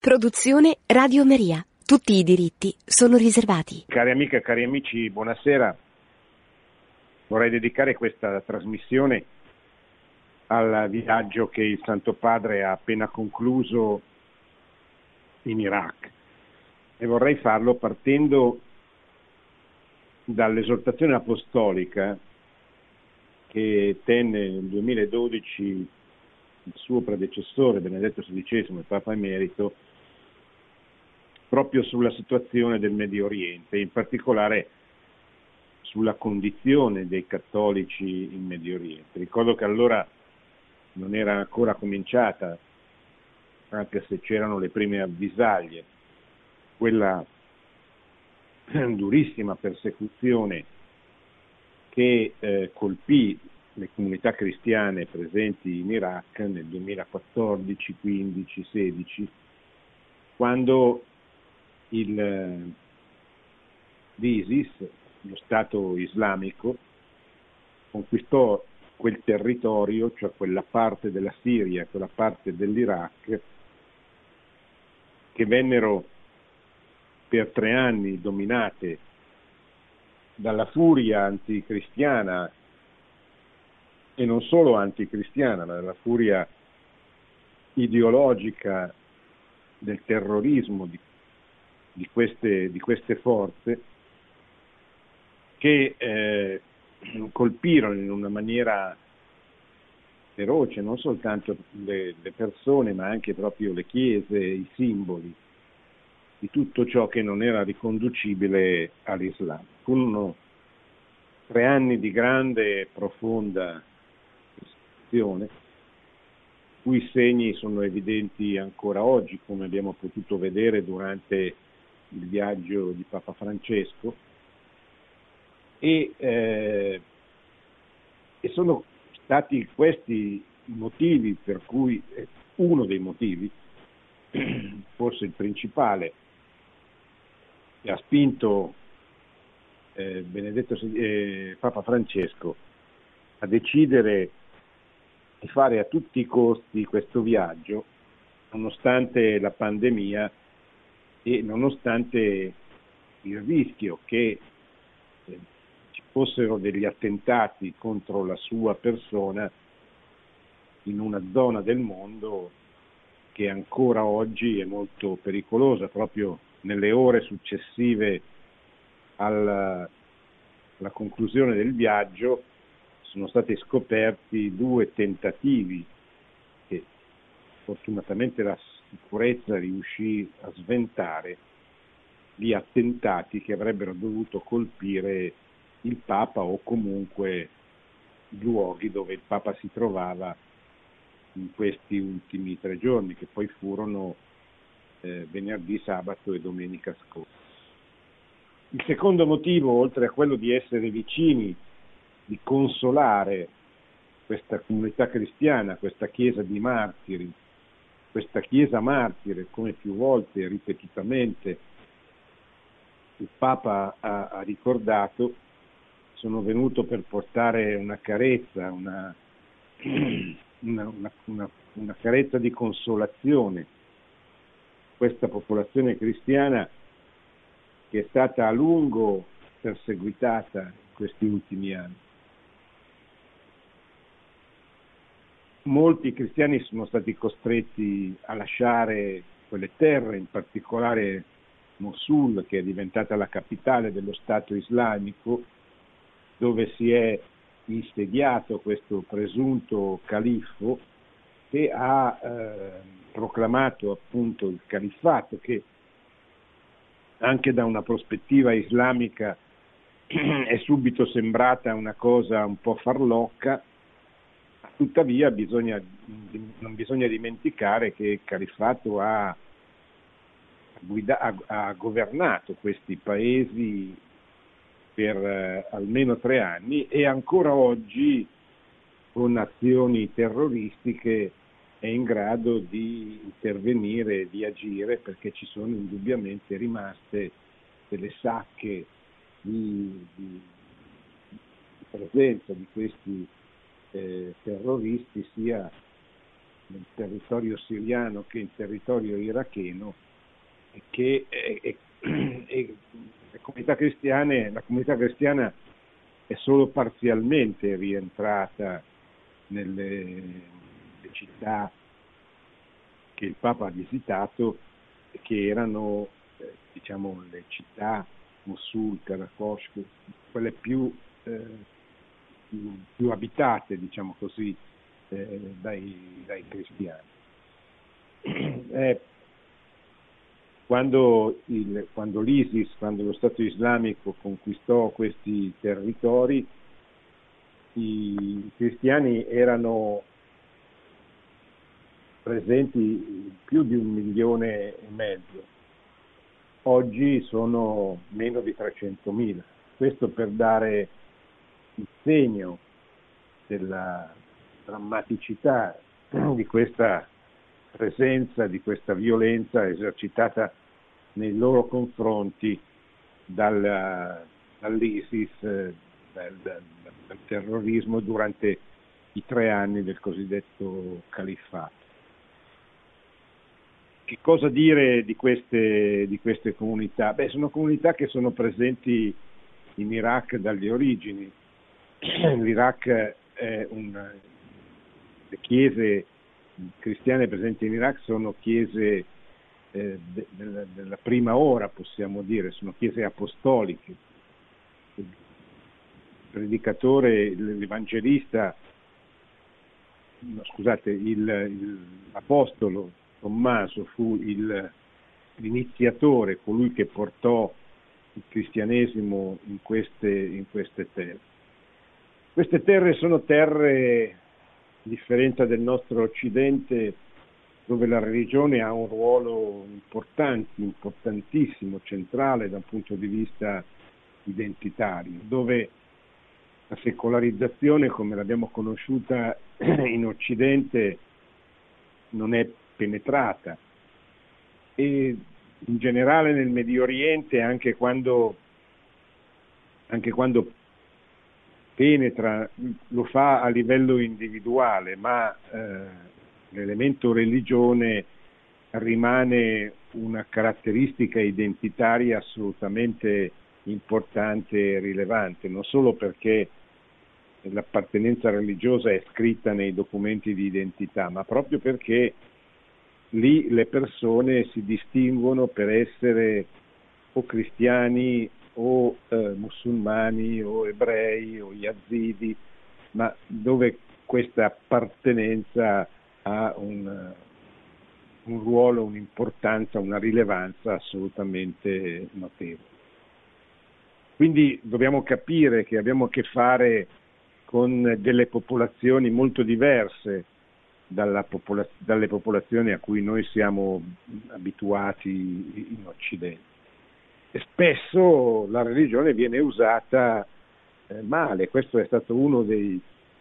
Produzione Radio Maria. Tutti i diritti sono riservati. Cari amiche e cari amici, buonasera. Vorrei dedicare questa trasmissione al viaggio che il Santo Padre ha appena concluso in Iraq e vorrei farlo partendo dall'esortazione apostolica che tenne nel 2012 il suo predecessore Benedetto XVI, il Papa Emerito, proprio sulla situazione del Medio Oriente, in particolare sulla condizione dei cattolici in Medio Oriente. Ricordo che allora non era ancora cominciata, anche se c'erano le prime avvisaglie, quella durissima persecuzione che colpì le comunità cristiane presenti in Iraq nel 2014, 15, 16, quando l'ISIS, lo Stato islamico, conquistò quel territorio, cioè quella parte della Siria, quella parte dell'Iraq, che vennero per 3 anni dominate dalla furia anticristiana, e non solo anticristiana, ma dalla furia ideologica del terrorismo di queste forze che colpirono in una maniera feroce non soltanto le persone, ma anche proprio le chiese, i simboli di tutto ciò che non era riconducibile all'Islam. Furono 3 anni di grande e profonda persecuzione, cui segni sono evidenti ancora oggi, come abbiamo potuto vedere durante il viaggio di Papa Francesco, e sono stati questi i motivi per cui, uno dei motivi, forse il principale, che ha spinto Papa Francesco a decidere di fare a tutti i costi questo viaggio, nonostante la pandemia e nonostante il rischio che ci fossero degli attentati contro la sua persona in una zona del mondo che ancora oggi è molto pericolosa. Proprio nelle ore successive alla conclusione del viaggio sono stati scoperti 2 tentativi che fortunatamente la sicurezza riuscì a sventare, di attentati che avrebbero dovuto colpire il Papa o comunque luoghi dove il Papa si trovava in questi ultimi 3 giorni, che poi furono venerdì, sabato e domenica scorsa. Il secondo motivo, oltre a quello di essere vicini, di consolare questa comunità cristiana, questa chiesa di martiri, questa chiesa martire, come più volte, ripetutamente, il Papa ha ricordato, sono venuto per portare una carezza, una carezza di consolazione, questa popolazione cristiana che è stata a lungo perseguitata in questi ultimi anni. Molti cristiani sono stati costretti a lasciare quelle terre, in particolare Mosul, che è diventata la capitale dello Stato islamico, dove si è insediato questo presunto califfo che ha proclamato appunto il califfato, che anche da una prospettiva islamica è subito sembrata una cosa un po' farlocca. Tuttavia non bisogna dimenticare che il califfato ha governato questi paesi per almeno 3 anni e ancora oggi con azioni terroristiche è in grado di intervenire, di agire, perché ci sono indubbiamente rimaste delle sacche di presenza di questi terroristi sia nel territorio siriano che in territorio iracheno, e che la comunità cristiana è solo parzialmente rientrata nelle città che il Papa ha visitato, che erano diciamo le città Mosul, Karakosh, quelle più abitate, diciamo così, dai cristiani. Quando l'ISIS, quando lo Stato islamico conquistò questi territori, i cristiani erano presenti più di 1,5 milioni. Oggi sono meno di 300.000. Questo per dare il segno della drammaticità di questa presenza, di questa violenza esercitata nei loro confronti dall'ISIS, dal terrorismo durante i 3 anni del cosiddetto califfato. Che cosa dire di queste comunità? Sono comunità che sono presenti in Iraq dalle origini. L'Iraq è le chiese cristiane presenti in Iraq sono chiese della prima ora, possiamo dire, sono chiese apostoliche. Il predicatore, l'evangelista, l'apostolo Tommaso fu l'iniziatore, colui che portò il cristianesimo in queste terre. Queste terre sono terre, a differenza del nostro Occidente, dove la religione ha un ruolo importantissimo, centrale da un punto di vista identitario, dove la secolarizzazione, come l'abbiamo conosciuta in Occidente, non è penetrata, e in generale nel Medio Oriente, anche quando penetra, lo fa a livello individuale, ma l'elemento religione rimane una caratteristica identitaria assolutamente importante e rilevante, non solo perché l'appartenenza religiosa è scritta nei documenti di identità, ma proprio perché lì le persone si distinguono per essere o cristiani o musulmani o ebrei o yazidi, ma dove questa appartenenza ha un ruolo, un'importanza, una rilevanza assolutamente notevole. Quindi dobbiamo capire che abbiamo a che fare con delle popolazioni molto diverse dalle popolazioni a cui noi siamo abituati in Occidente. E spesso la religione viene usata male. Questo è stato uno dei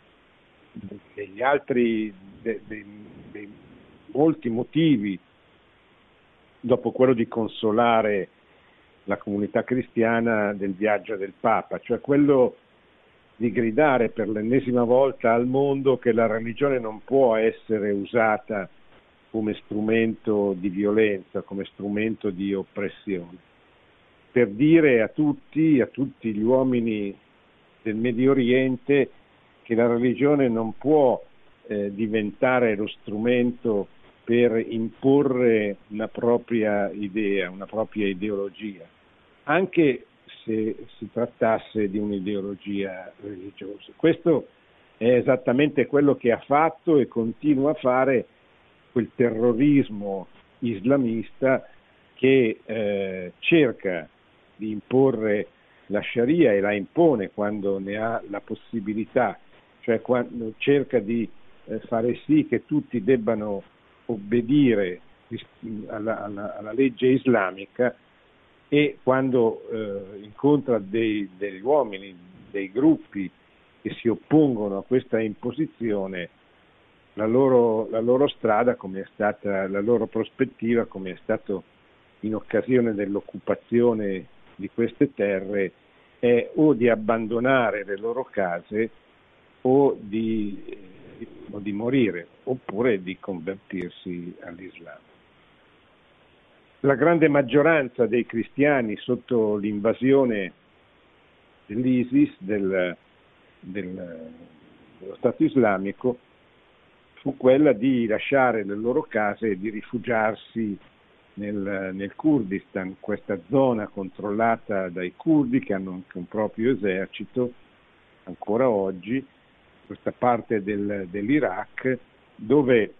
molti motivi, dopo quello di consolare la comunità cristiana, del viaggio del Papa, cioè quello di gridare per l'ennesima volta al mondo che la religione non può essere usata come strumento di violenza, come strumento di oppressione, per dire a tutti gli uomini del Medio Oriente che la religione non può diventare lo strumento per imporre una propria idea, una propria ideologia, anche se si trattasse di un'ideologia religiosa. Questo è esattamente quello che ha fatto e continua a fare quel terrorismo islamista che cerca di imporre la Sharia, e la impone quando ne ha la possibilità, cioè quando cerca di fare sì che tutti debbano obbedire alla legge islamica, e quando incontra degli uomini, dei gruppi che si oppongono a questa imposizione, la loro strada, come è stata la loro prospettiva, come è stato in occasione dell'occupazione di queste terre, è o di abbandonare le loro case o di o di morire, oppure di convertirsi all'Islam. La grande maggioranza dei cristiani sotto l'invasione dell'ISIS, dello Stato islamico, fu quella di lasciare le loro case e di rifugiarsi nel Kurdistan, questa zona controllata dai curdi che hanno anche un proprio esercito ancora oggi, questa parte dell'Iraq, dove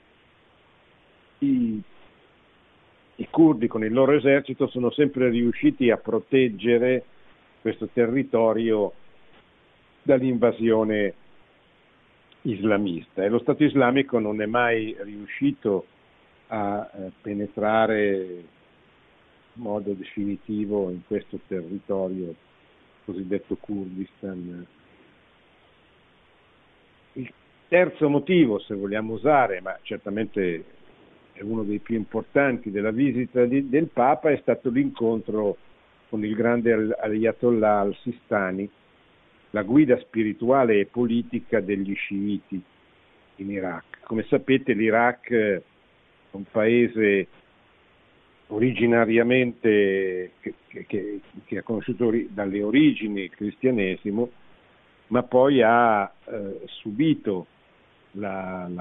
i curdi con il loro esercito sono sempre riusciti a proteggere questo territorio dall'invasione islamista, e lo Stato islamico non è mai riuscito a penetrare in modo definitivo in questo territorio cosiddetto Kurdistan. Il terzo motivo, se vogliamo usare, ma certamente è uno dei più importanti della visita del Papa, è stato l'incontro con il grande Ayatollah al-Sistani, la guida spirituale e politica degli sciiti in Iraq. Come sapete, l'Iraq è un paese originariamente che ha conosciuto dalle origini il cristianesimo, ma poi ha subito la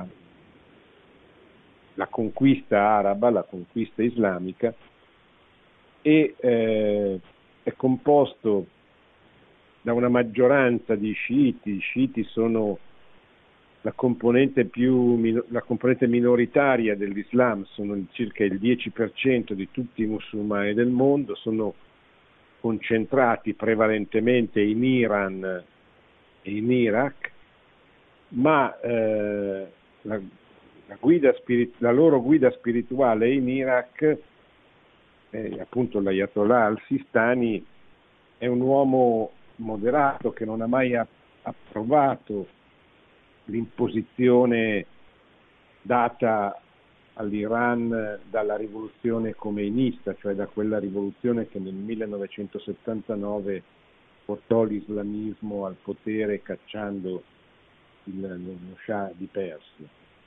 conquista araba, la conquista islamica, e è composto da una maggioranza di sciiti. I sciiti sono la componente minoritaria dell'Islam, sono circa il 10% di tutti i musulmani del mondo, sono concentrati prevalentemente in Iran e in Iraq, ma la loro guida spirituale in Iraq, appunto l'Ayatollah al-Sistani, è un uomo moderato che non ha mai approvato l'imposizione data all'Iran dalla rivoluzione khomeinista, cioè da quella rivoluzione che nel 1979 portò l'islamismo al potere cacciando lo Shah di Persia.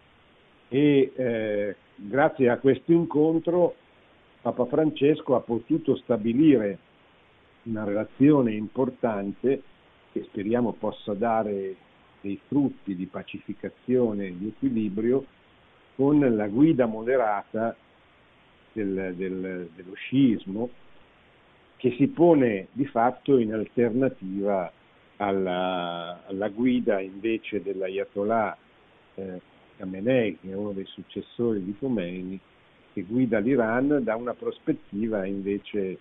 E grazie a questo incontro Papa Francesco ha potuto stabilire una relazione importante che speriamo possa dare dei frutti di pacificazione e di equilibrio con la guida moderata dello sciismo, che si pone di fatto in alternativa alla guida invece dell'Ayatollah Khamenei, che è uno dei successori di Khomeini, che guida l'Iran da una prospettiva invece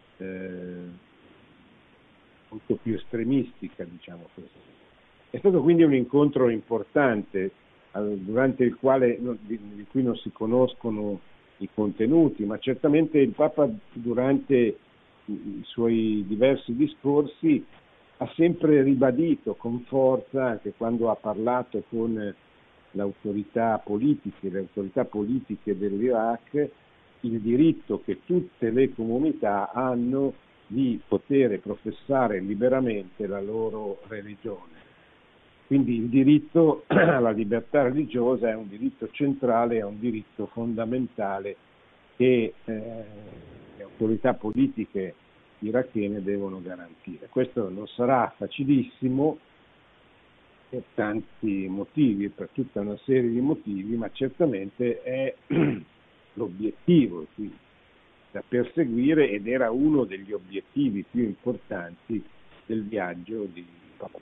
molto più estremistica, diciamo così. È stato quindi un incontro importante, durante il quale di cui non si conoscono i contenuti, ma certamente il Papa durante i suoi diversi discorsi ha sempre ribadito con forza, anche quando ha parlato con le autorità politiche dell'Iraq, il diritto che tutte le comunità hanno di poter professare liberamente la loro religione. Quindi il diritto alla libertà religiosa è un diritto centrale, è un diritto fondamentale che le autorità politiche irachene devono garantire. Questo non sarà facilissimo per tanti motivi, per tutta una serie di motivi, ma certamente è l'obiettivo da perseguire, ed era uno degli obiettivi più importanti del viaggio di Papa.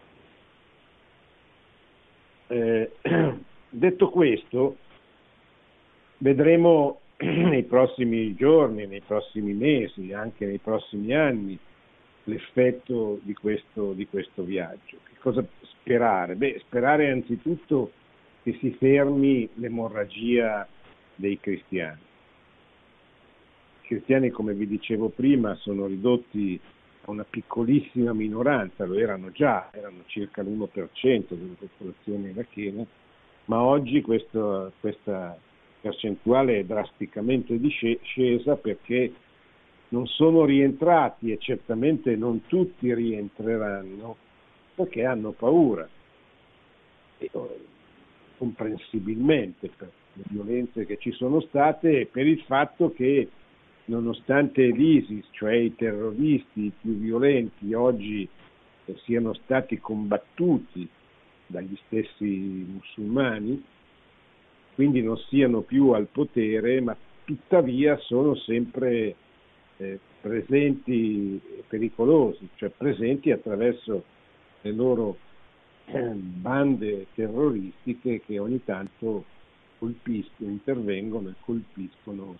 Detto questo, vedremo nei prossimi giorni, nei prossimi mesi, anche nei prossimi anni, l'effetto di questo viaggio. Che cosa sperare? Sperare anzitutto che si fermi l'emorragia dei cristiani. I cristiani, come vi dicevo prima, sono ridotti a una piccolissima minoranza, lo erano già, erano circa l'1% della popolazione irachena, ma oggi questa percentuale è drasticamente scesa, perché non sono rientrati, e certamente non tutti rientreranno, perché hanno paura. comprensibilmente per le violenze che ci sono state e per il fatto che nonostante l'ISIS, cioè i terroristi più violenti, oggi siano stati combattuti dagli stessi musulmani, quindi non siano più al potere, ma tuttavia sono sempre presenti e pericolosi, cioè presenti attraverso le loro bande terroristiche che ogni tanto intervengono e colpiscono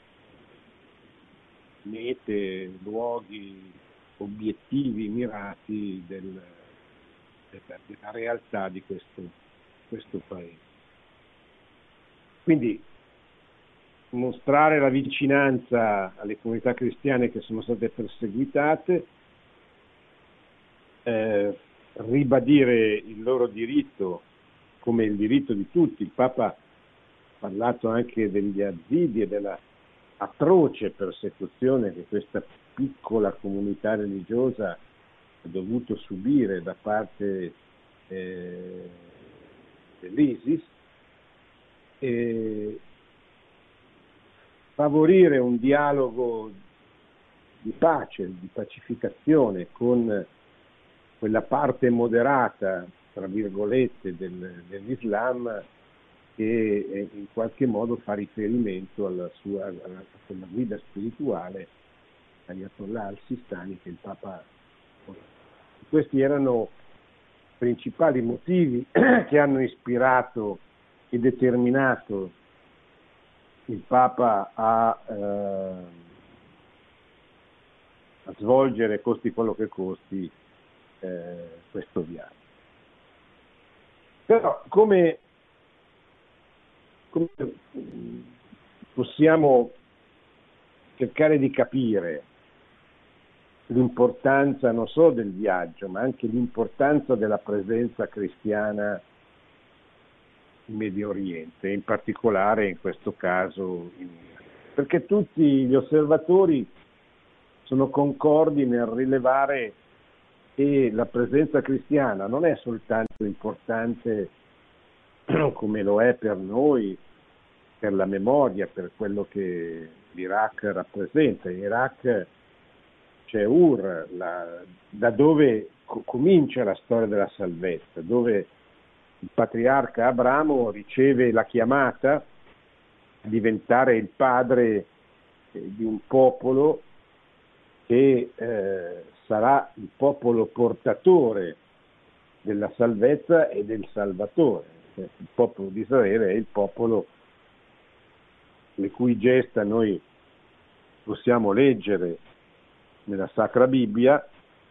mete, luoghi, obiettivi mirati della realtà di questo paese. Quindi mostrare la vicinanza alle comunità cristiane che sono state perseguitate, ribadire il loro diritto come il diritto di tutti. Il Papa ha parlato anche degli yazidi e della atroce persecuzione che questa piccola comunità religiosa ha dovuto subire da parte dell'ISIS, e favorire un dialogo di pace, di pacificazione con quella parte moderata, tra virgolette, dell'Islam che in qualche modo fa riferimento alla quella guida spirituale Ayatollah al-Sistani che il Papa. Questi erano i principali motivi che hanno ispirato e determinato il Papa a svolgere, costi quello che costi, questo viaggio. Però come possiamo cercare di capire l'importanza non solo del viaggio, ma anche l'importanza della presenza cristiana in Medio Oriente, in particolare in questo caso in Iran? Perché tutti gli osservatori sono concordi nel rilevare che la presenza cristiana non è soltanto importante come lo è per noi, per la memoria, per quello che l'Iraq rappresenta. In Iraq c'è Ur, da dove comincia la storia della salvezza, dove il patriarca Abramo riceve la chiamata a diventare il padre di un popolo che sarà il popolo portatore della salvezza e del Salvatore. Il popolo di Israele è il popolo le cui gesta noi possiamo leggere nella Sacra Bibbia,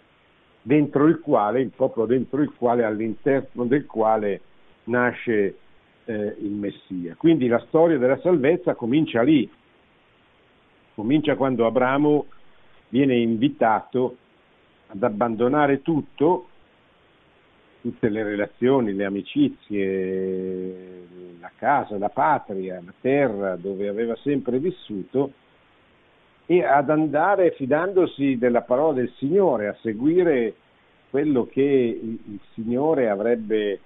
il popolo dentro il quale, all'interno del quale nasce il Messia. Quindi la storia della salvezza comincia lì, comincia quando Abramo viene invitato ad abbandonare tutto, tutte le relazioni, le amicizie, la casa, la patria, la terra dove aveva sempre vissuto, e ad andare fidandosi della parola del Signore, a seguire quello che il Signore avrebbe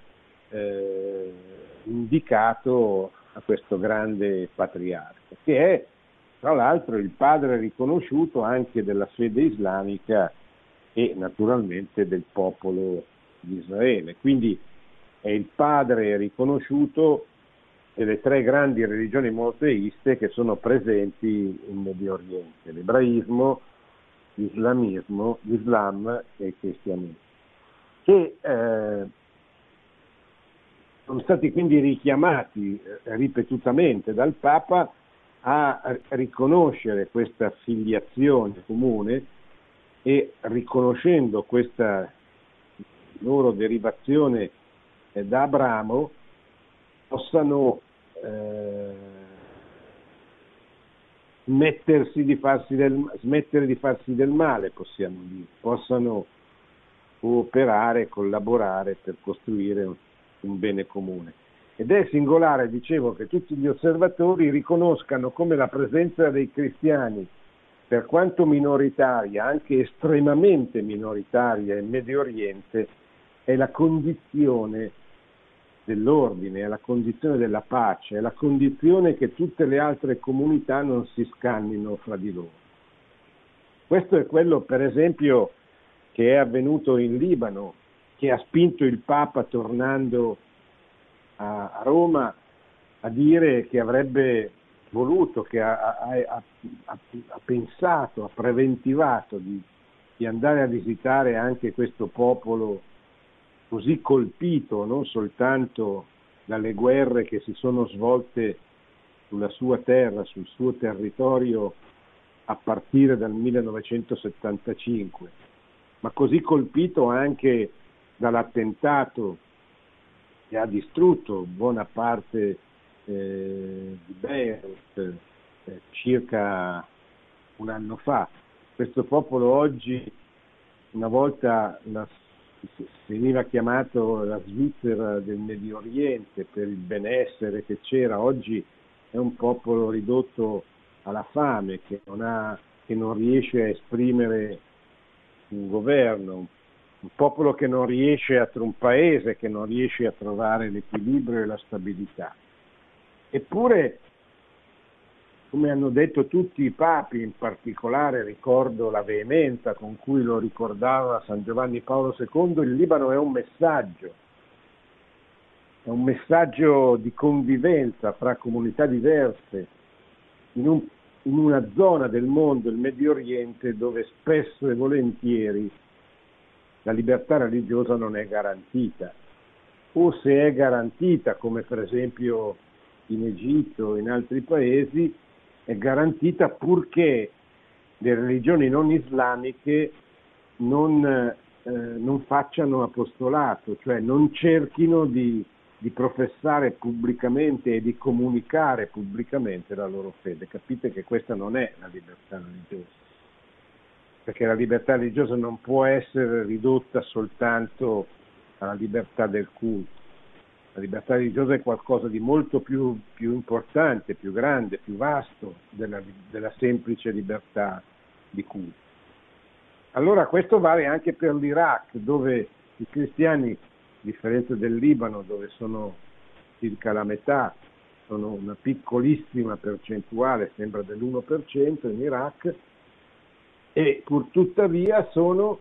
indicato a questo grande patriarca, che è tra l'altro il padre riconosciuto anche della fede islamica e naturalmente del popolo di Israele. Quindi è il padre riconosciuto delle tre grandi religioni monoteiste che sono presenti in Medio Oriente: l'ebraismo, l'Islam e il cristianesimo, che sono stati quindi richiamati ripetutamente dal Papa a riconoscere questa filiazione comune, e riconoscendo questa loro derivazione da Abramo possano smettere di farsi del male, possiamo dire, possano cooperare, collaborare per costruire un bene comune. Ed è singolare, dicevo, che tutti gli osservatori riconoscano come la presenza dei cristiani, per quanto minoritaria, anche estremamente minoritaria in Medio Oriente, è la condizione dell'ordine, è la condizione della pace, è la condizione che tutte le altre comunità non si scannino fra di loro. Questo è quello, per esempio, che è avvenuto in Libano, che ha spinto il Papa, tornando a Roma, a dire che avrebbe voluto, che ha pensato, ha preventivato di andare a visitare anche questo popolo così colpito non soltanto dalle guerre che si sono svolte sulla sua terra, sul suo territorio a partire dal 1975, ma così colpito anche dall'attentato che ha distrutto buona parte di Beirut circa un anno fa. Questo popolo oggi, una volta veniva chiamato la Svizzera del Medio Oriente per il benessere che c'era, oggi è un popolo ridotto alla fame, che non riesce a esprimere un governo, un popolo che non riesce un paese che non riesce a trovare l'equilibrio e la stabilità. Eppure, come hanno detto tutti i papi, in particolare ricordo la veemenza con cui lo ricordava San Giovanni Paolo II, il Libano è un messaggio di convivenza fra comunità diverse in una zona del mondo, il Medio Oriente, dove spesso e volentieri la libertà religiosa non è garantita, o se è garantita, come per esempio in Egitto o in altri paesi, è garantita purché le religioni non islamiche non facciano apostolato, cioè non cerchino di professare pubblicamente e di comunicare pubblicamente la loro fede. Capite che questa non è la libertà religiosa, perché la libertà religiosa non può essere ridotta soltanto alla libertà del culto. La libertà religiosa è qualcosa di molto più importante, più grande, più vasto della semplice libertà di culto. Allora questo vale anche per l'Iraq, dove i cristiani, a differenza del Libano, dove sono circa la metà, sono una piccolissima percentuale, sembra dell'1% in Iraq, e pur tuttavia sono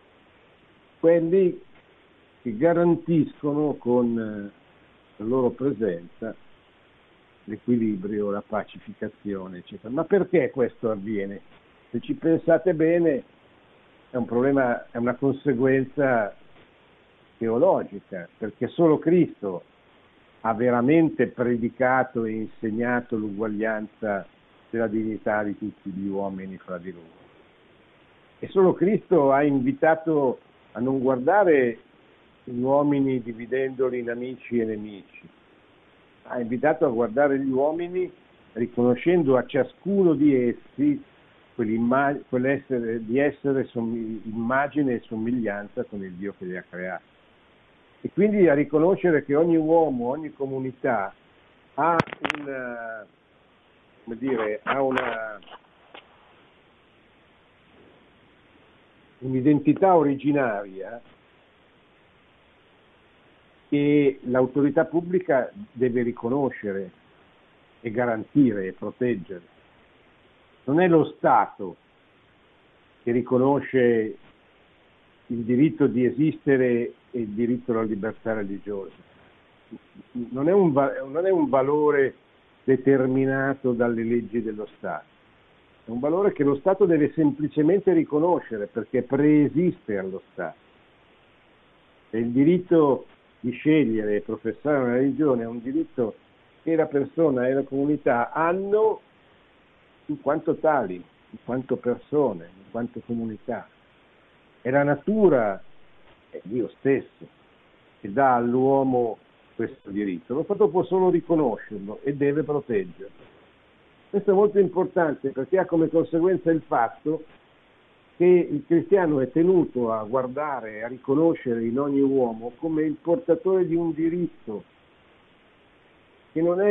quelli che garantiscono con la loro presenza l'equilibrio, la pacificazione, eccetera. Ma perché questo avviene? Se ci pensate bene, è un problema, è una conseguenza teologica, perché solo Cristo ha veramente predicato e insegnato l'uguaglianza della dignità di tutti gli uomini fra di loro. E solo Cristo ha invitato a non guardare gli uomini dividendoli in amici e nemici, ha invitato a guardare gli uomini riconoscendo a ciascuno di essi quell'essere, di essere immagine e somiglianza con il Dio che li ha creati. E quindi a riconoscere che ogni uomo, ogni comunità ha un'identità originaria che l'autorità pubblica deve riconoscere e garantire e proteggere. Non è lo Stato che riconosce il diritto di esistere e il diritto alla libertà religiosa. Non è un valore determinato dalle leggi dello Stato, è un valore che lo Stato deve semplicemente riconoscere perché preesiste allo Stato. E il diritto di scegliere e professare una religione è un diritto che la persona e la comunità hanno in quanto tali, in quanto persone, in quanto comunità. È la natura, è Dio stesso, che dà all'uomo questo diritto. Lo Stato può solo riconoscerlo e deve proteggerlo. Questo è molto importante perché ha come conseguenza il fatto che il cristiano è tenuto a guardare e a riconoscere in ogni uomo come il portatore di un diritto che non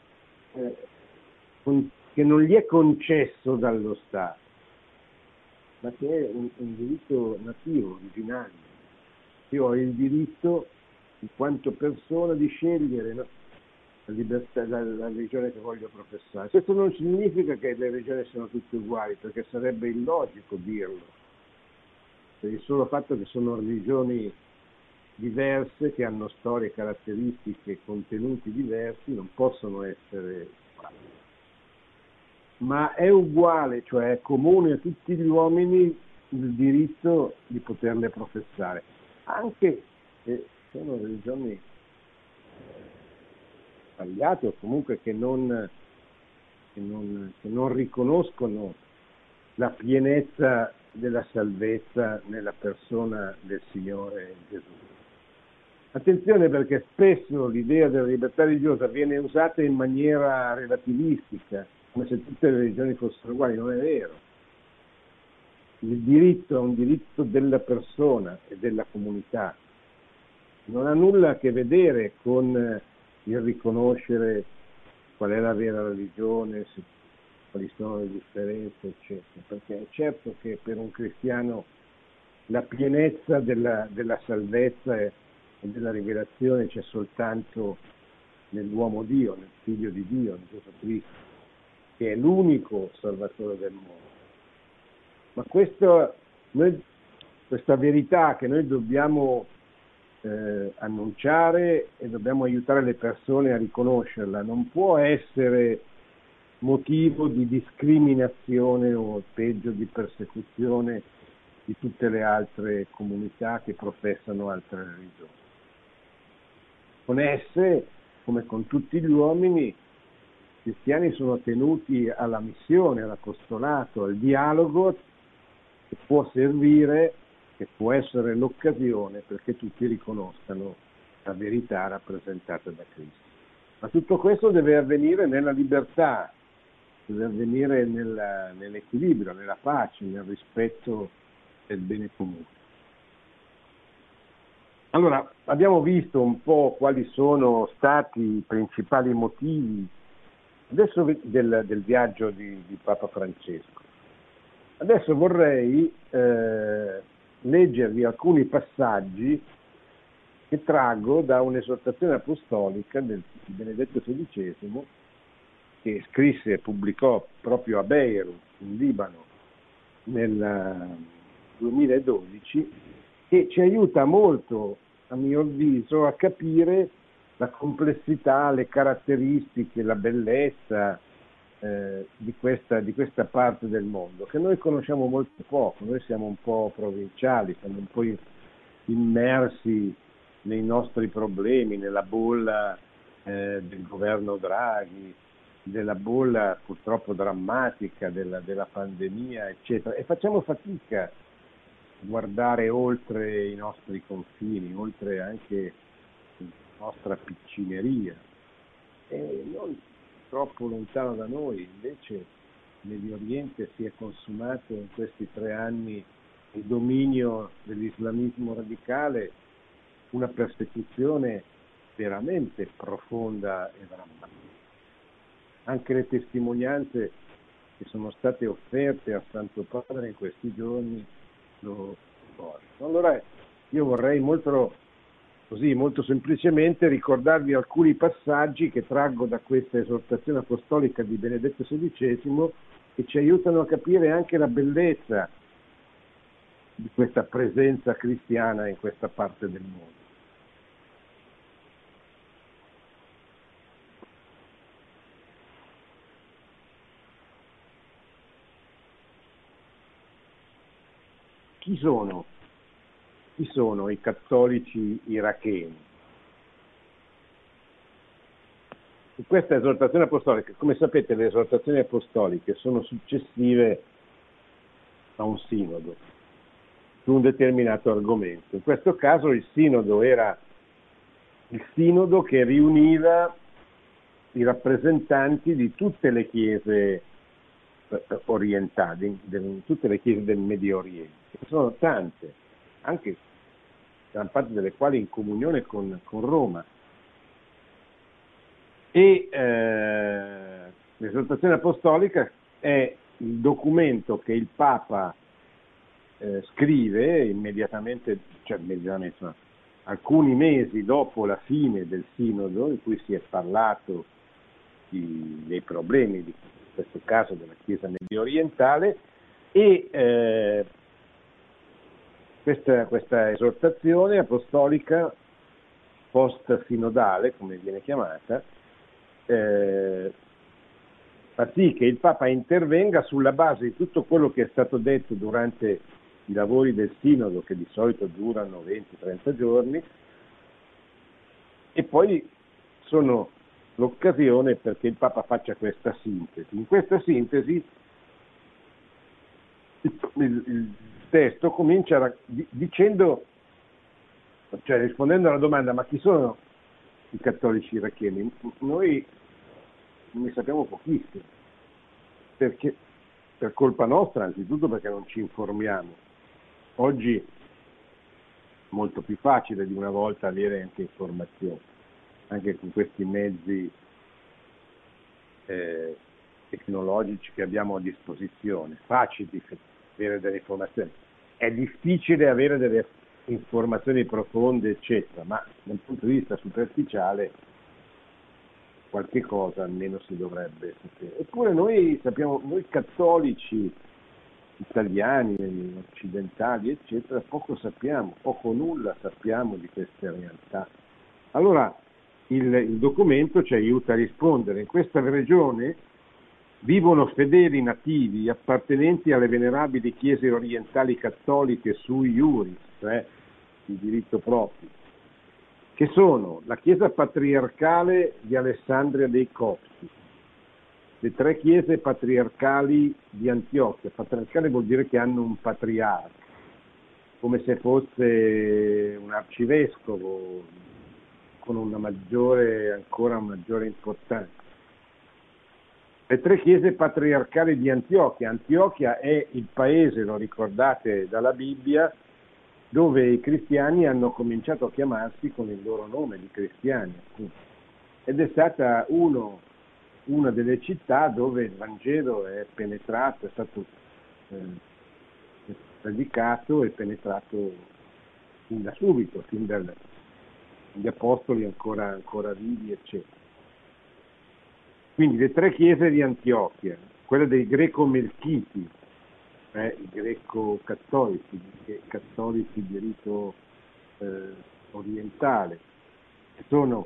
gli è concesso dallo Stato, ma che è un diritto nativo, originario. Io ho il diritto in quanto persona di scegliere, no? La libertà, la religione che voglio professare. Questo non significa che le religioni siano tutte uguali, perché sarebbe illogico dirlo, per il solo fatto che sono religioni diverse, che hanno storie, caratteristiche, contenuti diversi, non possono essere uguali. Ma è uguale, cioè è comune a tutti gli uomini il diritto di poterle professare, anche se sono religioni sbagliate o comunque che non riconoscono la pienezza della salvezza nella persona del Signore Gesù. Attenzione, perché spesso l'idea della libertà religiosa viene usata in maniera relativistica, come se tutte le religioni fossero uguali. Non è vero. Il diritto è un diritto della persona e della comunità. Non ha nulla a che vedere con il riconoscere qual è la vera religione, quali sono le differenze, eccetera. Perché è certo che per un cristiano la pienezza della salvezza e della rivelazione c'è soltanto nell'uomo Dio, nel Figlio di Dio, in Gesù Cristo, che è l'unico Salvatore del mondo. Ma questa verità che noi dobbiamo annunciare e dobbiamo aiutare le persone a riconoscerla, non può essere motivo di discriminazione o peggio di persecuzione di tutte le altre comunità che professano altre religioni. Con esse, come con tutti gli uomini, i cristiani sono tenuti alla missione, all'apostolato, al dialogo che può servire, che può essere l'occasione perché tutti riconoscano la verità rappresentata da Cristo. Ma tutto questo deve avvenire nella libertà, deve avvenire nell'equilibrio, nella pace, nel rispetto del bene comune. Allora, abbiamo visto un po' quali sono stati i principali motivi adesso del viaggio di Papa Francesco. Adesso vorrei leggervi alcuni passaggi che traggo da un'esortazione apostolica di Benedetto XVI, che scrisse e pubblicò proprio a Beirut, in Libano, nel 2012, che ci aiuta molto, a mio avviso, a capire la complessità, le caratteristiche, la bellezza di questa parte del mondo, che noi conosciamo molto poco. Noi siamo un po' provinciali, siamo un po' immersi nei nostri problemi, nella bolla del governo Draghi, della bolla purtroppo drammatica della pandemia, eccetera, e facciamo fatica a guardare oltre i nostri confini, oltre anche la nostra piccineria. E non troppo lontano da noi, invece, in Medio Oriente si è consumato in questi 3 anni il dominio dell'islamismo radicale, una persecuzione veramente profonda e drammatica. Anche le testimonianze che sono state offerte al Santo Padre in questi giorni lo ricordano. Allora io vorrei molto semplicemente ricordarvi alcuni passaggi che traggo da questa esortazione apostolica di Benedetto XVI, che ci aiutano a capire anche la bellezza di questa presenza cristiana in questa parte del mondo. Chi sono i cattolici iracheni? In questa esortazione apostolica, come sapete, le esortazioni apostoliche sono successive a un sinodo su un determinato argomento. In questo caso il sinodo era il sinodo che riuniva i rappresentanti di tutte le chiese orientali, tutte le chiese del Medio Oriente. Sono tante, anche gran parte delle quali in comunione con Roma. E l'esortazione apostolica è il documento che il Papa scrive immediatamente, alcuni mesi dopo la fine del sinodo, in cui si è parlato dei problemi, in questo caso della Chiesa medio orientale, e questa esortazione apostolica post-sinodale, come viene chiamata, fa sì che il Papa intervenga sulla base di tutto quello che è stato detto durante i lavori del Sinodo, che di solito durano 20-30 giorni, e poi sono l'occasione perché il Papa faccia questa sintesi. In questa sintesi il testo comincia dicendo, cioè rispondendo alla domanda: ma chi sono i cattolici iracheni? Noi ne sappiamo pochissimo, perché per colpa nostra, anzitutto perché non ci informiamo. Oggi è molto più facile di una volta avere anche informazioni, anche con questi mezzi tecnologici che abbiamo a disposizione, facili avere delle informazioni. È difficile avere delle informazioni profonde, eccetera, ma dal punto di vista superficiale qualche cosa almeno si dovrebbe sapere. Eppure noi sappiamo, noi cattolici italiani, occidentali, eccetera, poco sappiamo, poco o nulla sappiamo di queste realtà. Allora il documento ci aiuta a rispondere. In questa regione vivono fedeli nativi appartenenti alle venerabili chiese orientali cattoliche sui iuris, cioè di diritto proprio, che sono la chiesa patriarcale di Alessandria dei Copti, le 3 chiese patriarcali di Antiochia. Patriarcale vuol dire che hanno un patriarca, come se fosse un arcivescovo con ancora una maggiore importanza. Le 3 chiese patriarcali di Antiochia. Antiochia è il paese, lo ricordate dalla Bibbia, dove i cristiani hanno cominciato a chiamarsi con il loro nome di cristiani, ed è stata una delle città dove il Vangelo è penetrato, è stato predicato e penetrato fin da subito, fin dagli apostoli ancora vivi, eccetera. Quindi le 3 chiese di Antiochia, quella dei greco-melchiti, i greco-cattolici, cattolici di rito orientale, che sono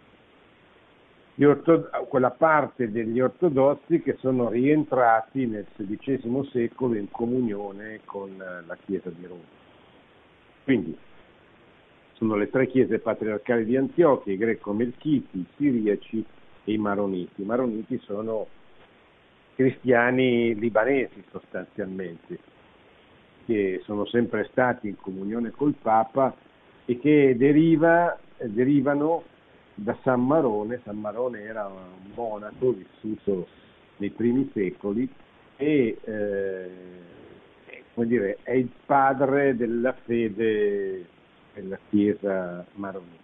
quella parte degli ortodossi che sono rientrati nel XVI secolo in comunione con la Chiesa di Roma. Quindi sono le 3 chiese patriarcali di Antiochia, i greco-melchiti, i siriaci e i maroniti. I maroniti sono cristiani libanesi sostanzialmente, che sono sempre stati in comunione col Papa e che derivano da San Marone. San Marone era un monaco vissuto nei primi secoli e come dire, è il padre della fede della Chiesa maronita.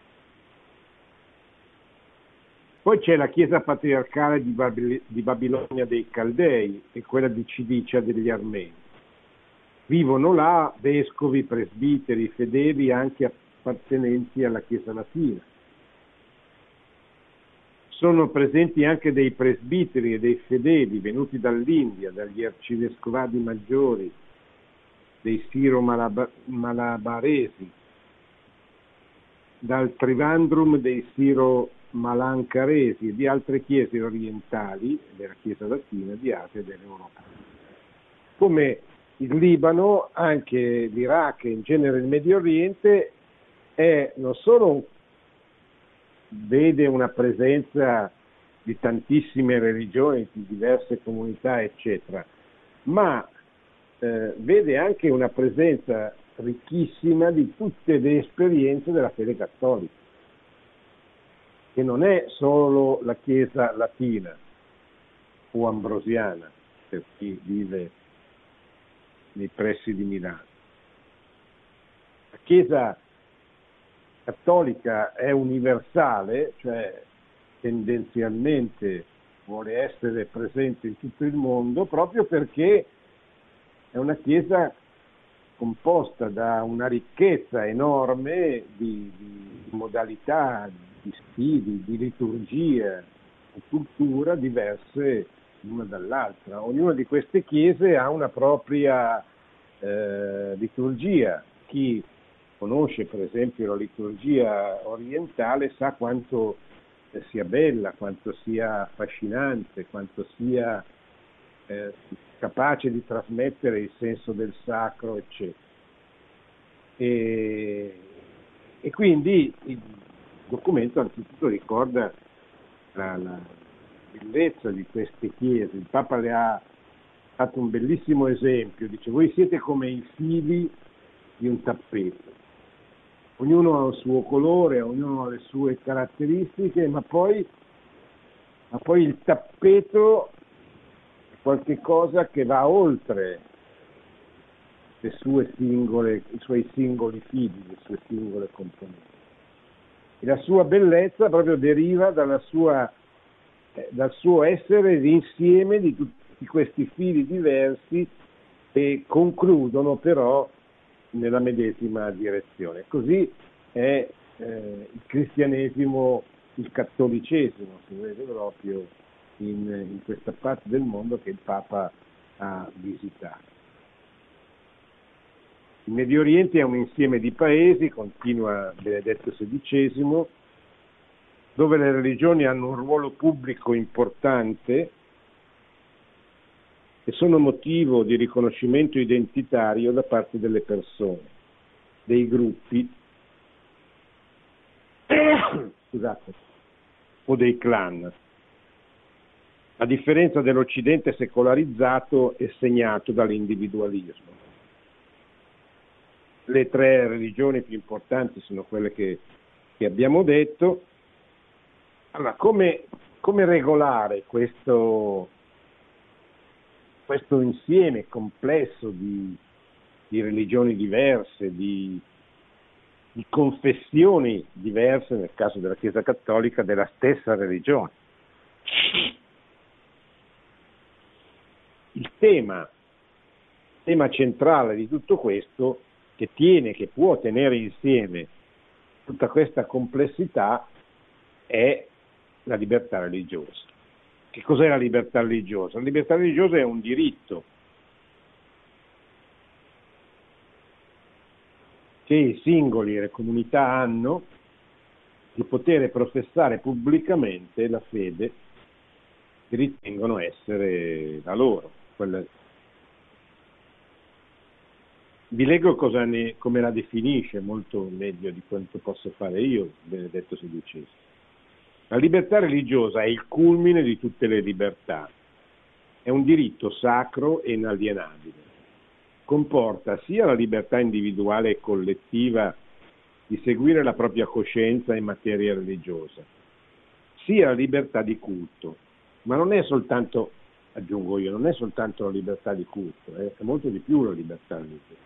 Poi c'è la Chiesa patriarcale di Babilonia dei Caldei e quella di Cilicia degli Armeni. Vivono là vescovi, presbiteri, fedeli anche appartenenti alla Chiesa latina. Sono presenti anche dei presbiteri e dei fedeli venuti dall'India, dagli arcivescovadi maggiori, dei siro-malabaresi, dal Trivandrum dei siro-malancaresi e di altre chiese orientali, della Chiesa latina, di Asia e dell'Europa. Come il Libano, anche l'Iraq e in genere il Medio Oriente non solo vede una presenza di tantissime religioni, di diverse comunità, eccetera, ma vede anche una presenza ricchissima di tutte le esperienze della fede cattolica, che non è solo la Chiesa latina o ambrosiana, per chi vive nei pressi di Milano. La Chiesa cattolica è universale, cioè tendenzialmente vuole essere presente in tutto il mondo, proprio perché è una Chiesa composta da una ricchezza enorme di modalità, di stili, di liturgia, di cultura diverse l'una dall'altra. Ognuna di queste chiese ha una propria liturgia. Chi conosce per esempio la liturgia orientale sa quanto sia bella, quanto sia affascinante, quanto sia capace di trasmettere il senso del sacro, eccetera. E quindi il documento anzitutto ricorda la bellezza di queste chiese. Il Papa le ha fatto un bellissimo esempio, dice: voi siete come i fili di un tappeto, ognuno ha il suo colore, ognuno ha le sue caratteristiche, ma poi il tappeto è qualche cosa che va oltre i suoi singoli fili, le sue singole componenti. E la sua bellezza proprio deriva dal suo essere l'insieme di tutti questi fili diversi che concludono però nella medesima direzione. Così è il cristianesimo, il cattolicesimo, si vede proprio in questa parte del mondo che il Papa ha visitato. Il Medio Oriente è un insieme di paesi, continua Benedetto XVI, dove le religioni hanno un ruolo pubblico importante e sono motivo di riconoscimento identitario da parte delle persone, dei gruppi, scusate, o dei clan, a differenza dell'Occidente secolarizzato e segnato dall'individualismo. Le tre religioni più importanti sono quelle che abbiamo detto. Allora, come regolare questo insieme complesso di religioni diverse, di confessioni diverse, nel caso della Chiesa Cattolica, della stessa religione? Il tema centrale di tutto questo, che può tenere insieme tutta questa complessità, è la libertà religiosa. Che cos'è la libertà religiosa? La libertà religiosa è un diritto che i singoli e le comunità hanno di poter professare pubblicamente la fede che ritengono essere la loro. Vi leggo come la definisce, molto meglio di quanto posso fare io, Benedetto XVI. La libertà religiosa è il culmine di tutte le libertà, è un diritto sacro e inalienabile. Comporta sia la libertà individuale e collettiva di seguire la propria coscienza in materia religiosa, sia la libertà di culto. Ma non è soltanto, aggiungo io, non è soltanto la libertà di culto, è molto di più la libertà religiosa.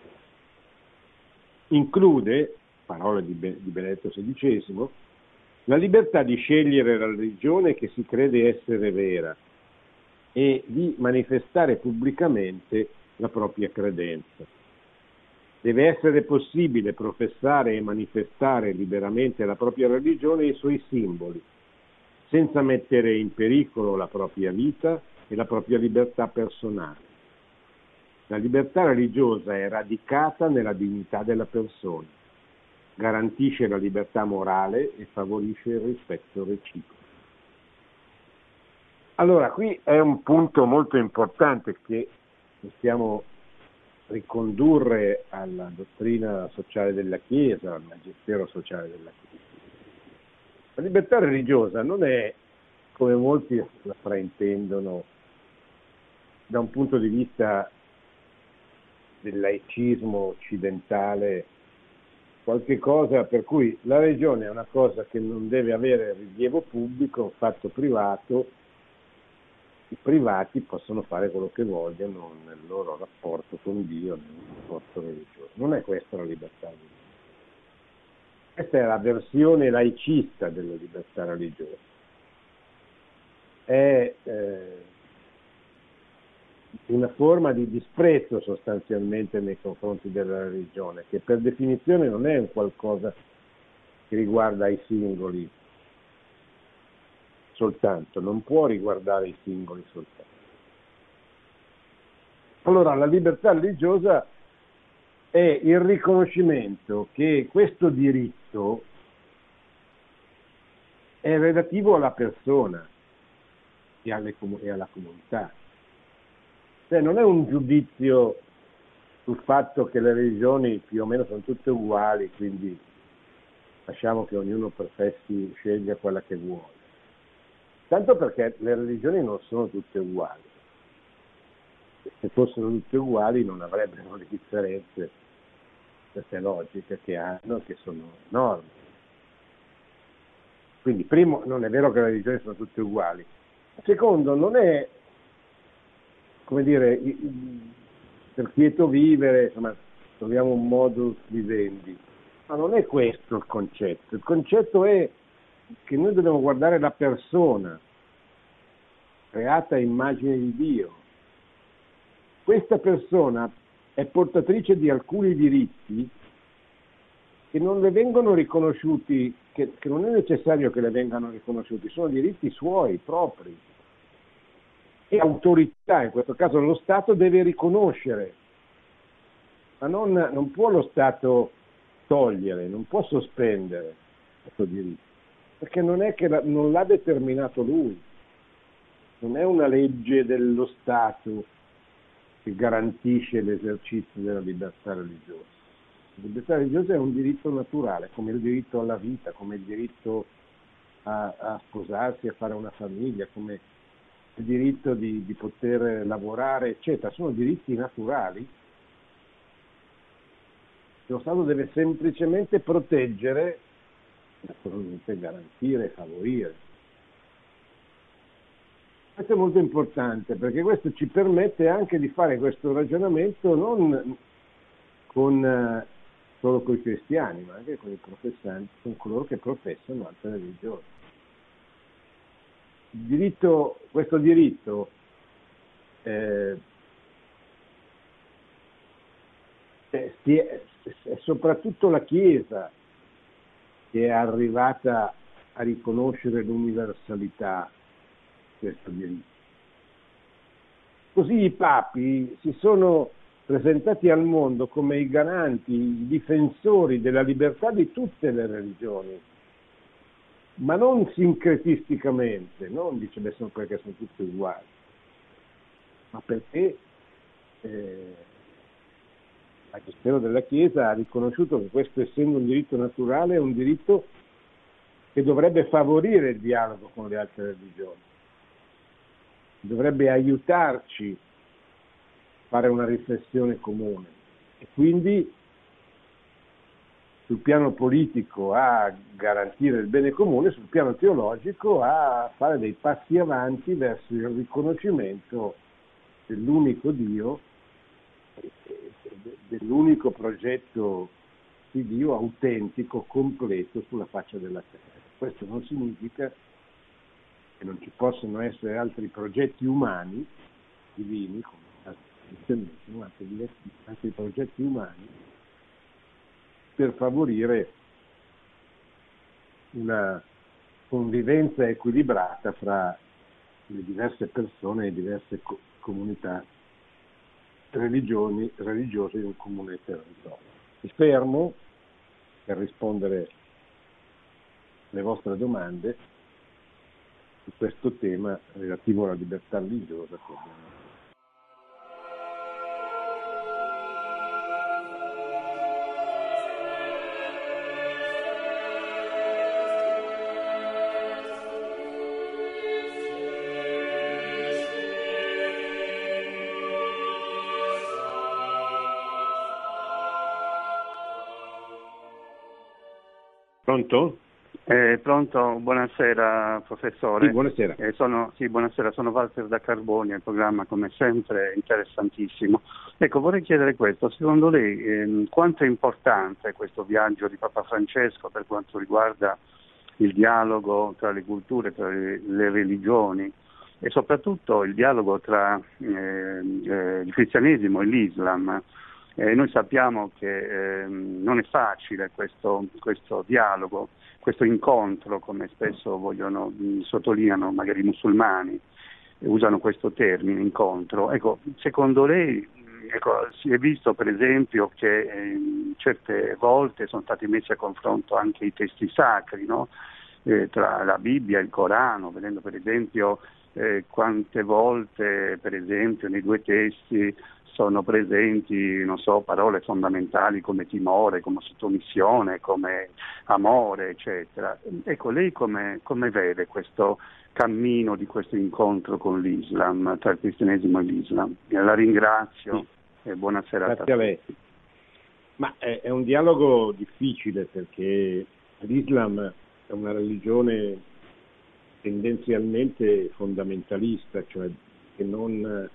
Include, parole di Benedetto XVI, la libertà di scegliere la religione che si crede essere vera e di manifestare pubblicamente la propria credenza. Deve essere possibile professare e manifestare liberamente la propria religione e i suoi simboli, senza mettere in pericolo la propria vita e la propria libertà personale. La libertà religiosa è radicata nella dignità della persona, garantisce la libertà morale e favorisce il rispetto reciproco. Allora, qui è un punto molto importante che possiamo ricondurre alla dottrina sociale della Chiesa, al magistero sociale della Chiesa. La libertà religiosa non è, come molti la fraintendono, da un punto di vista del laicismo occidentale, qualche cosa per cui la religione è una cosa che non deve avere rilievo pubblico, un fatto privato, i privati possono fare quello che vogliono nel loro rapporto con Dio, nel rapporto religioso. Non è questa la libertà religiosa. Questa è la versione laicista della libertà religiosa. È una forma di disprezzo sostanzialmente nei confronti della religione, che per definizione non è un qualcosa che riguarda i singoli soltanto, non può riguardare i singoli soltanto. Allora, la libertà religiosa è il riconoscimento che questo diritto è relativo alla persona e alla comunità. Cioè, non è un giudizio sul fatto che le religioni più o meno sono tutte uguali, quindi lasciamo che ognuno professi, scelga quella che vuole. Tanto perché le religioni non sono tutte uguali. Se fossero tutte uguali non avrebbero le differenze, queste logiche che hanno, che sono enormi. Quindi, primo, non è vero che le religioni sono tutte uguali. Secondo, non è, come dire, per quieto vivere, insomma, troviamo un modus vivendi. Ma non è questo il concetto. Il concetto è che noi dobbiamo guardare la persona, creata a immagine di Dio. Questa persona è portatrice di alcuni diritti che non le vengono riconosciuti, che non è necessario che le vengano riconosciuti, sono diritti suoi, propri. E autorità, in questo caso lo Stato, deve riconoscere, ma non può lo Stato togliere, non può sospendere questo diritto, perché non è che non l'ha determinato lui, non è una legge dello Stato che garantisce l'esercizio della libertà religiosa. La libertà religiosa è un diritto naturale, come il diritto alla vita, come il diritto a sposarsi, a fare una famiglia, come il diritto di poter lavorare, eccetera. Sono diritti naturali che lo Stato deve semplicemente proteggere, naturalmente garantire, favorire. Questo è molto importante, perché questo ci permette anche di fare questo ragionamento non solo con i cristiani, ma anche con i professanti, con coloro che professano altre religioni. Questo diritto è soprattutto la Chiesa che è arrivata a riconoscere l'universalità di questo diritto. Così i papi si sono presentati al mondo come i garanti, i difensori della libertà di tutte le religioni, ma non sincretisticamente, non dice perché sono tutte uguali, ma perché il Magistero della Chiesa ha riconosciuto che questo, essendo un diritto naturale, è un diritto che dovrebbe favorire il dialogo con le altre religioni, dovrebbe aiutarci a fare una riflessione comune e quindi sul piano politico a garantire il bene comune, sul piano teologico a fare dei passi avanti verso il riconoscimento dell'unico Dio, dell'unico progetto di Dio autentico, completo sulla faccia della terra. Questo non significa che non ci possono essere altri progetti umani, divini, come il cristianesimo, altri progetti umani, per favorire una convivenza equilibrata fra le diverse persone e diverse comunità religiose in un comune territorio. Mi fermo per rispondere alle vostre domande su questo tema relativo alla libertà religiosa. Pronto? Pronto, buonasera professore. Sì, buonasera. Buonasera, sono Walter da Carboni, il programma come sempre è interessantissimo. Ecco, vorrei chiedere questo, secondo lei quanto è importante questo viaggio di Papa Francesco per quanto riguarda il dialogo tra le culture, tra le religioni, e soprattutto il dialogo tra il cristianesimo e l'Islam. Noi sappiamo che non è facile questo dialogo, questo incontro, come spesso sottolineano magari i musulmani, usano questo termine, incontro. Ecco, secondo lei, si è visto per esempio che certe volte sono stati messi a confronto anche i testi sacri, no? Tra la Bibbia e il Corano, vedendo per esempio quante volte per esempio nei due testi sono presenti, non so, parole fondamentali come timore, come sottomissione, come amore, eccetera. Ecco, lei come vede questo cammino di questo incontro con l'Islam, tra il cristianesimo e l'Islam? La ringrazio e buona serata. Grazie a lei. Ma è un dialogo difficile perché l'Islam è una religione tendenzialmente fondamentalista, cioè che non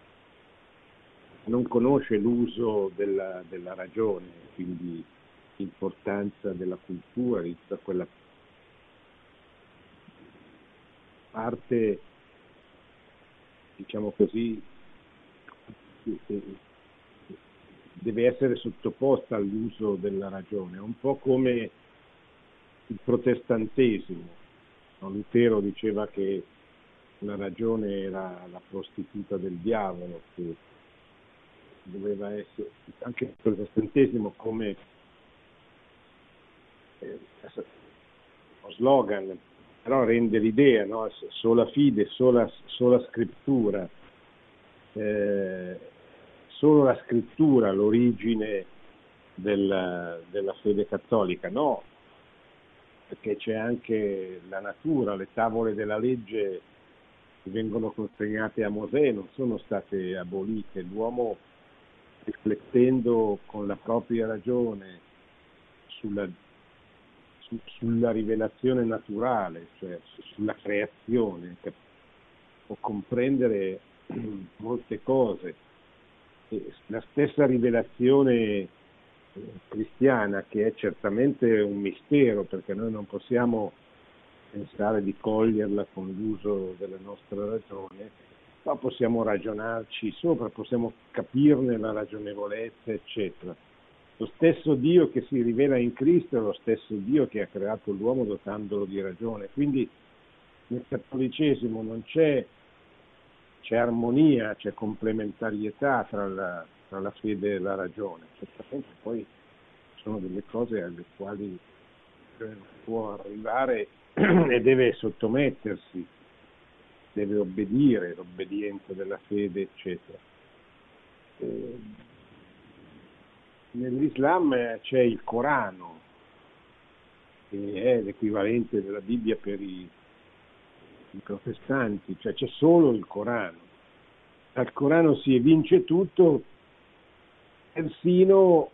conosce l'uso della ragione, quindi l'importanza della cultura, di tutta quella parte, diciamo così, che deve essere sottoposta all'uso della ragione, un po' come il protestantesimo. Lutero diceva che la ragione era la prostituta del diavolo, che doveva essere anche il protestantesimo come slogan, però rende l'idea, no? Sola fide, sola scrittura, solo la scrittura l'origine della fede cattolica, no, perché c'è anche la natura, le tavole della legge che vengono consegnate a Mosè non sono state abolite, l'uomo riflettendo con la propria ragione sulla rivelazione naturale, cioè sulla creazione, può comprendere molte cose. E la stessa rivelazione cristiana, che è certamente un mistero, perché noi non possiamo pensare di coglierla con l'uso della nostra ragione, ma possiamo ragionarci sopra, possiamo capirne la ragionevolezza, eccetera. Lo stesso Dio che si rivela in Cristo è lo stesso Dio che ha creato l'uomo dotandolo di ragione. Quindi nel cattolicesimo non c'è armonia, c'è complementarietà tra la fede e la ragione. Certamente poi sono delle cose alle quali può arrivare e deve sottomettersi, deve obbedire, l'obbedienza della fede, eccetera. Nell'Islam c'è il Corano, che è l'equivalente della Bibbia per i protestanti, cioè c'è solo il Corano. Dal Corano si evince tutto, persino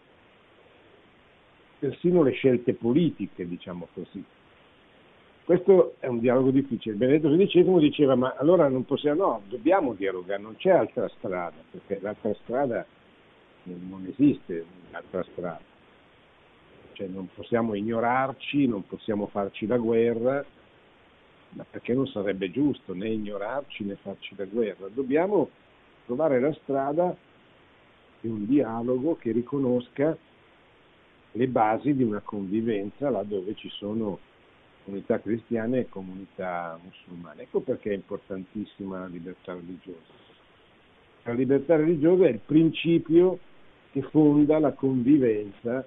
le scelte politiche, diciamo così. Questo è un dialogo difficile. Benedetto XVI diceva, ma allora non possiamo, no, dobbiamo dialogare, non c'è altra strada, perché l'altra strada non esiste, un'altra strada. Cioè non possiamo ignorarci, non possiamo farci la guerra, ma perché non sarebbe giusto né ignorarci né farci la guerra. Dobbiamo trovare la strada di un dialogo che riconosca le basi di una convivenza laddove ci sono comunità cristiane e comunità musulmane. Ecco perché è importantissima la libertà religiosa. La libertà religiosa è il principio che fonda la convivenza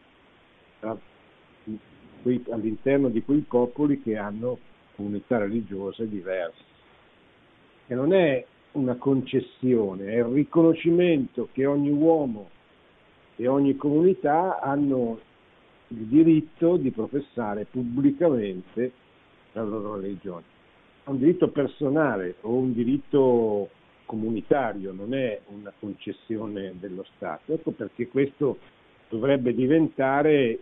all'interno di quei popoli che hanno comunità religiose diverse. E non è una concessione, è il riconoscimento che ogni uomo e ogni comunità hanno il diritto di professare pubblicamente la loro religione. È un diritto personale o un diritto comunitario, non è una concessione dello Stato. Ecco perché questo dovrebbe diventare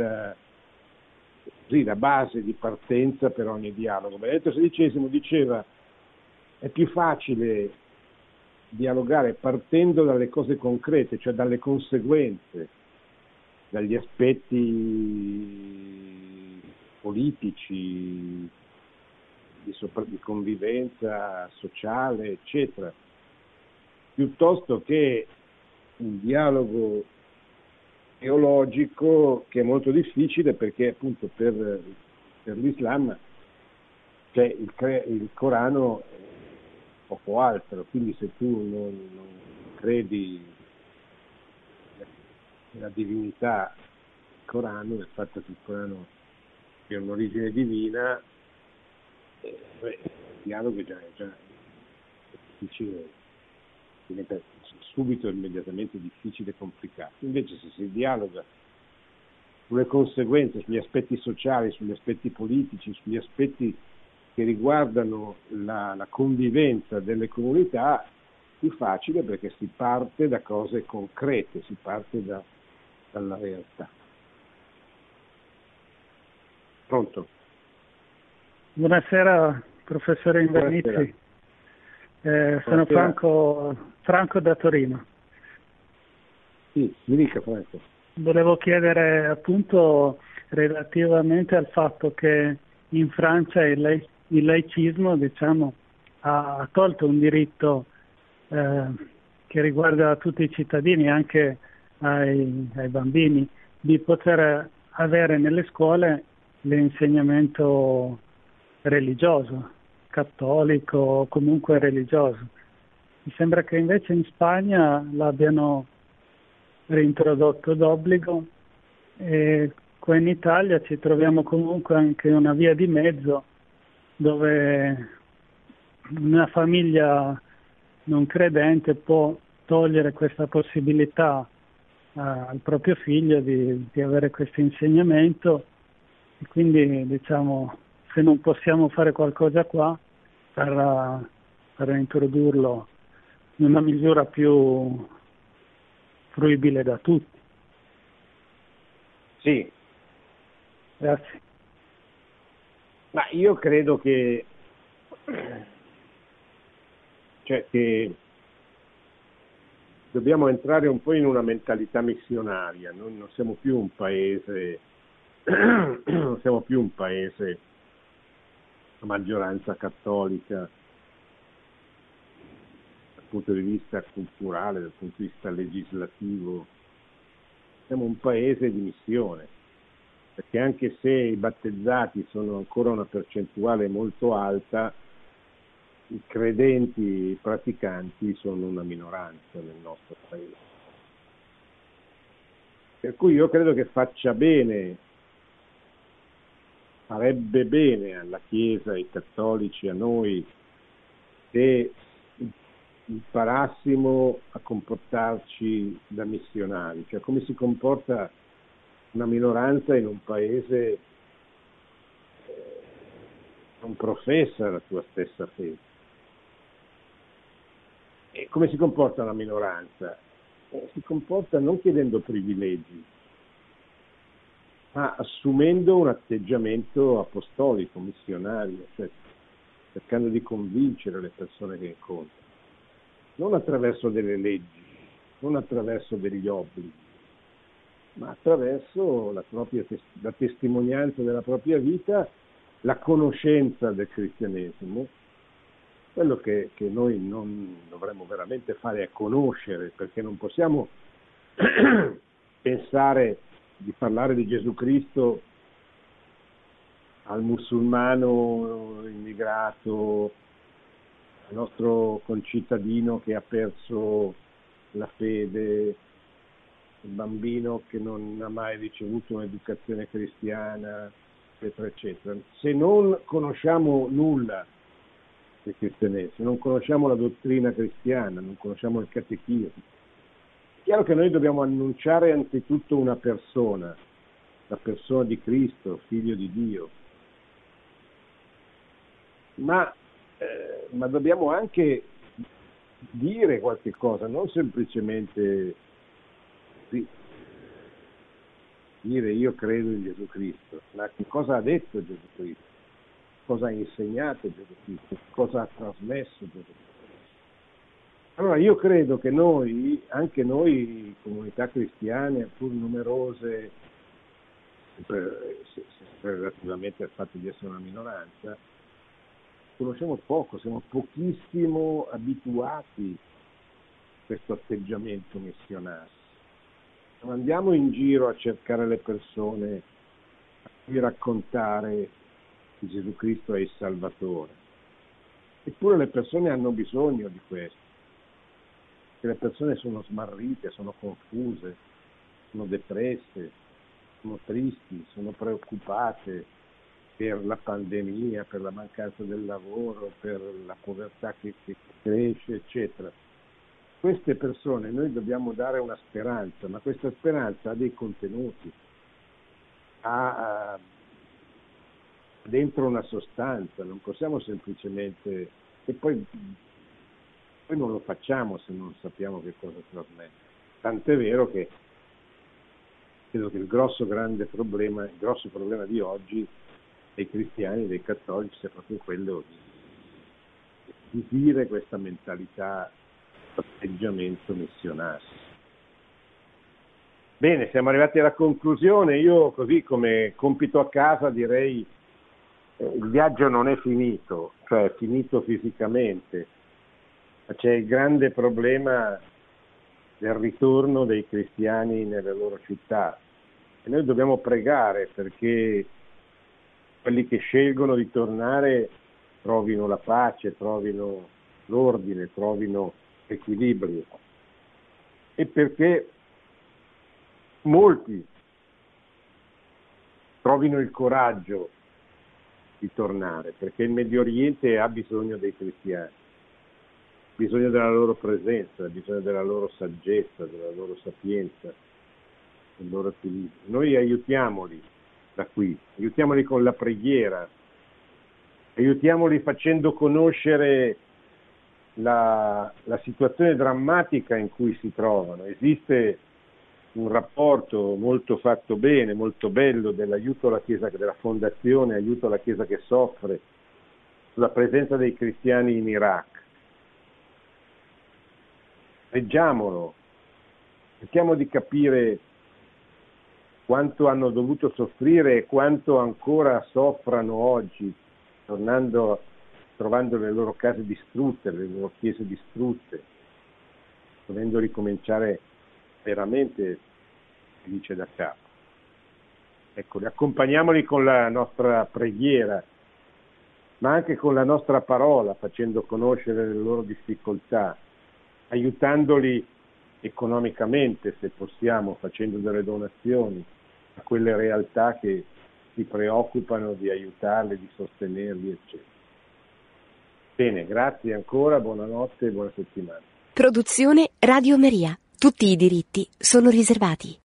la base di partenza per ogni dialogo. Benedetto XVI diceva: è più facile dialogare partendo dalle cose concrete, cioè dalle conseguenze, dagli aspetti politici, di convivenza sociale, eccetera, piuttosto che un dialogo teologico che è molto difficile perché appunto per l'Islam cioè il Corano è poco altro, quindi se tu non credi nella divinità del Corano, del fatto che il Corano è un'origine divina, il dialogo è già difficile, diventa subito immediatamente difficile e complicato. Invece se si dialoga sulle conseguenze, sugli aspetti sociali, sugli aspetti politici, sugli aspetti che riguardano la convivenza delle comunità, è più facile perché si parte da cose concrete, si parte dalla realtà. Pronto? Buonasera professore Invernizzi, sono Franco da Torino. Sì, mi dica Franco. Volevo chiedere appunto relativamente al fatto che in Francia il laicismo, diciamo, ha tolto un diritto che riguarda tutti i cittadini, anche ai bambini, di poter avere nelle scuole l'insegnamento religioso, cattolico o comunque religioso. Mi sembra che invece in Spagna l'abbiano reintrodotto d'obbligo e qua in Italia ci troviamo comunque anche una via di mezzo dove una famiglia non credente può togliere questa possibilità al proprio figlio di avere questo insegnamento, e quindi diciamo se non possiamo fare qualcosa qua per introdurlo in una misura più fruibile da tutti. Sì. Grazie. Ma io credo che dobbiamo entrare un po' in una mentalità missionaria. Noi non siamo più un paese a maggioranza cattolica dal punto di vista culturale, dal punto di vista legislativo. Siamo un paese di missione, perché anche se i battezzati sono ancora una percentuale molto alta, i credenti, i praticanti sono una minoranza nel nostro paese. Per cui io credo che farebbe bene alla Chiesa, ai cattolici, a noi, se imparassimo a comportarci da missionari, cioè come si comporta una minoranza in un paese che non professa la tua stessa fede. E come si comporta una minoranza? Si comporta non chiedendo privilegi, ma assumendo un atteggiamento apostolico, missionario, cioè cercando di convincere le persone che incontra, non attraverso delle leggi, non attraverso degli obblighi, ma attraverso la testimonianza della propria vita, la conoscenza del cristianesimo. Quello che noi non dovremmo veramente fare è conoscere, perché non possiamo pensare di parlare di Gesù Cristo al musulmano immigrato, al nostro concittadino che ha perso la fede, il bambino che non ha mai ricevuto un'educazione cristiana, eccetera, eccetera. Se non conosciamo nulla del cristianesimo, se non conosciamo la dottrina cristiana, non conosciamo il catechismo, è chiaro che noi dobbiamo annunciare anzitutto una persona, la persona di Cristo, figlio di Dio, ma dobbiamo anche dire qualche cosa, non semplicemente dire io credo in Gesù Cristo, ma che cosa ha detto Gesù Cristo, cosa ha insegnato Gesù Cristo, cosa ha trasmesso Gesù Cristo. Allora io credo che noi, anche noi comunità cristiane, pur numerose, relativamente al fatto di essere una minoranza, conosciamo poco, siamo pochissimo abituati a questo atteggiamento missionario. Non andiamo in giro a cercare le persone, a cui raccontare che Gesù Cristo è il Salvatore. Eppure le persone hanno bisogno di questo, che le persone sono smarrite, sono confuse, sono depresse, sono tristi, sono preoccupate per la pandemia, per la mancanza del lavoro, per la povertà che cresce, eccetera. Queste persone noi dobbiamo dare una speranza, ma questa speranza ha dei contenuti, ha dentro una sostanza, non possiamo semplicemente, e poi non lo facciamo se non sappiamo che cosa trasmettere. Tant'è vero che credo che il grosso problema di oggi dei cristiani, dei cattolici, sia proprio quello di dire questa mentalità, atteggiamento missionario. Bene, siamo arrivati alla conclusione. Io, così come compito a casa, direi il viaggio non è finito, cioè è finito fisicamente, ma c'è il grande problema del ritorno dei cristiani nelle loro città e noi dobbiamo pregare perché quelli che scelgono di tornare trovino la pace, trovino l'ordine, trovino l'equilibrio e perché molti trovino il coraggio di tornare, perché il Medio Oriente ha bisogno dei cristiani, ha bisogno della loro presenza, ha bisogno della loro saggezza, della loro sapienza, del loro equilibrio. Noi aiutiamoli da qui, aiutiamoli con la preghiera, aiutiamoli facendo conoscere la situazione drammatica in cui si trovano. Esiste un rapporto molto fatto bene, molto bello dell'aiuto alla Chiesa, della fondazione Aiuto alla Chiesa che soffre, sulla presenza dei cristiani in Iraq. Leggiamolo, cerchiamo di capire quanto hanno dovuto soffrire e quanto ancora soffrano oggi, trovando le loro case distrutte, le loro chiese distrutte, dovendo ricominciare veramente felice da capo. Ecco, accompagniamoli con la nostra preghiera, ma anche con la nostra parola, facendo conoscere le loro difficoltà, aiutandoli economicamente, se possiamo, facendo delle donazioni a quelle realtà che si preoccupano di aiutarli, di sostenerli, eccetera. Bene, grazie ancora, buonanotte e buona settimana. Produzione Radio Maria. Tutti i diritti sono riservati.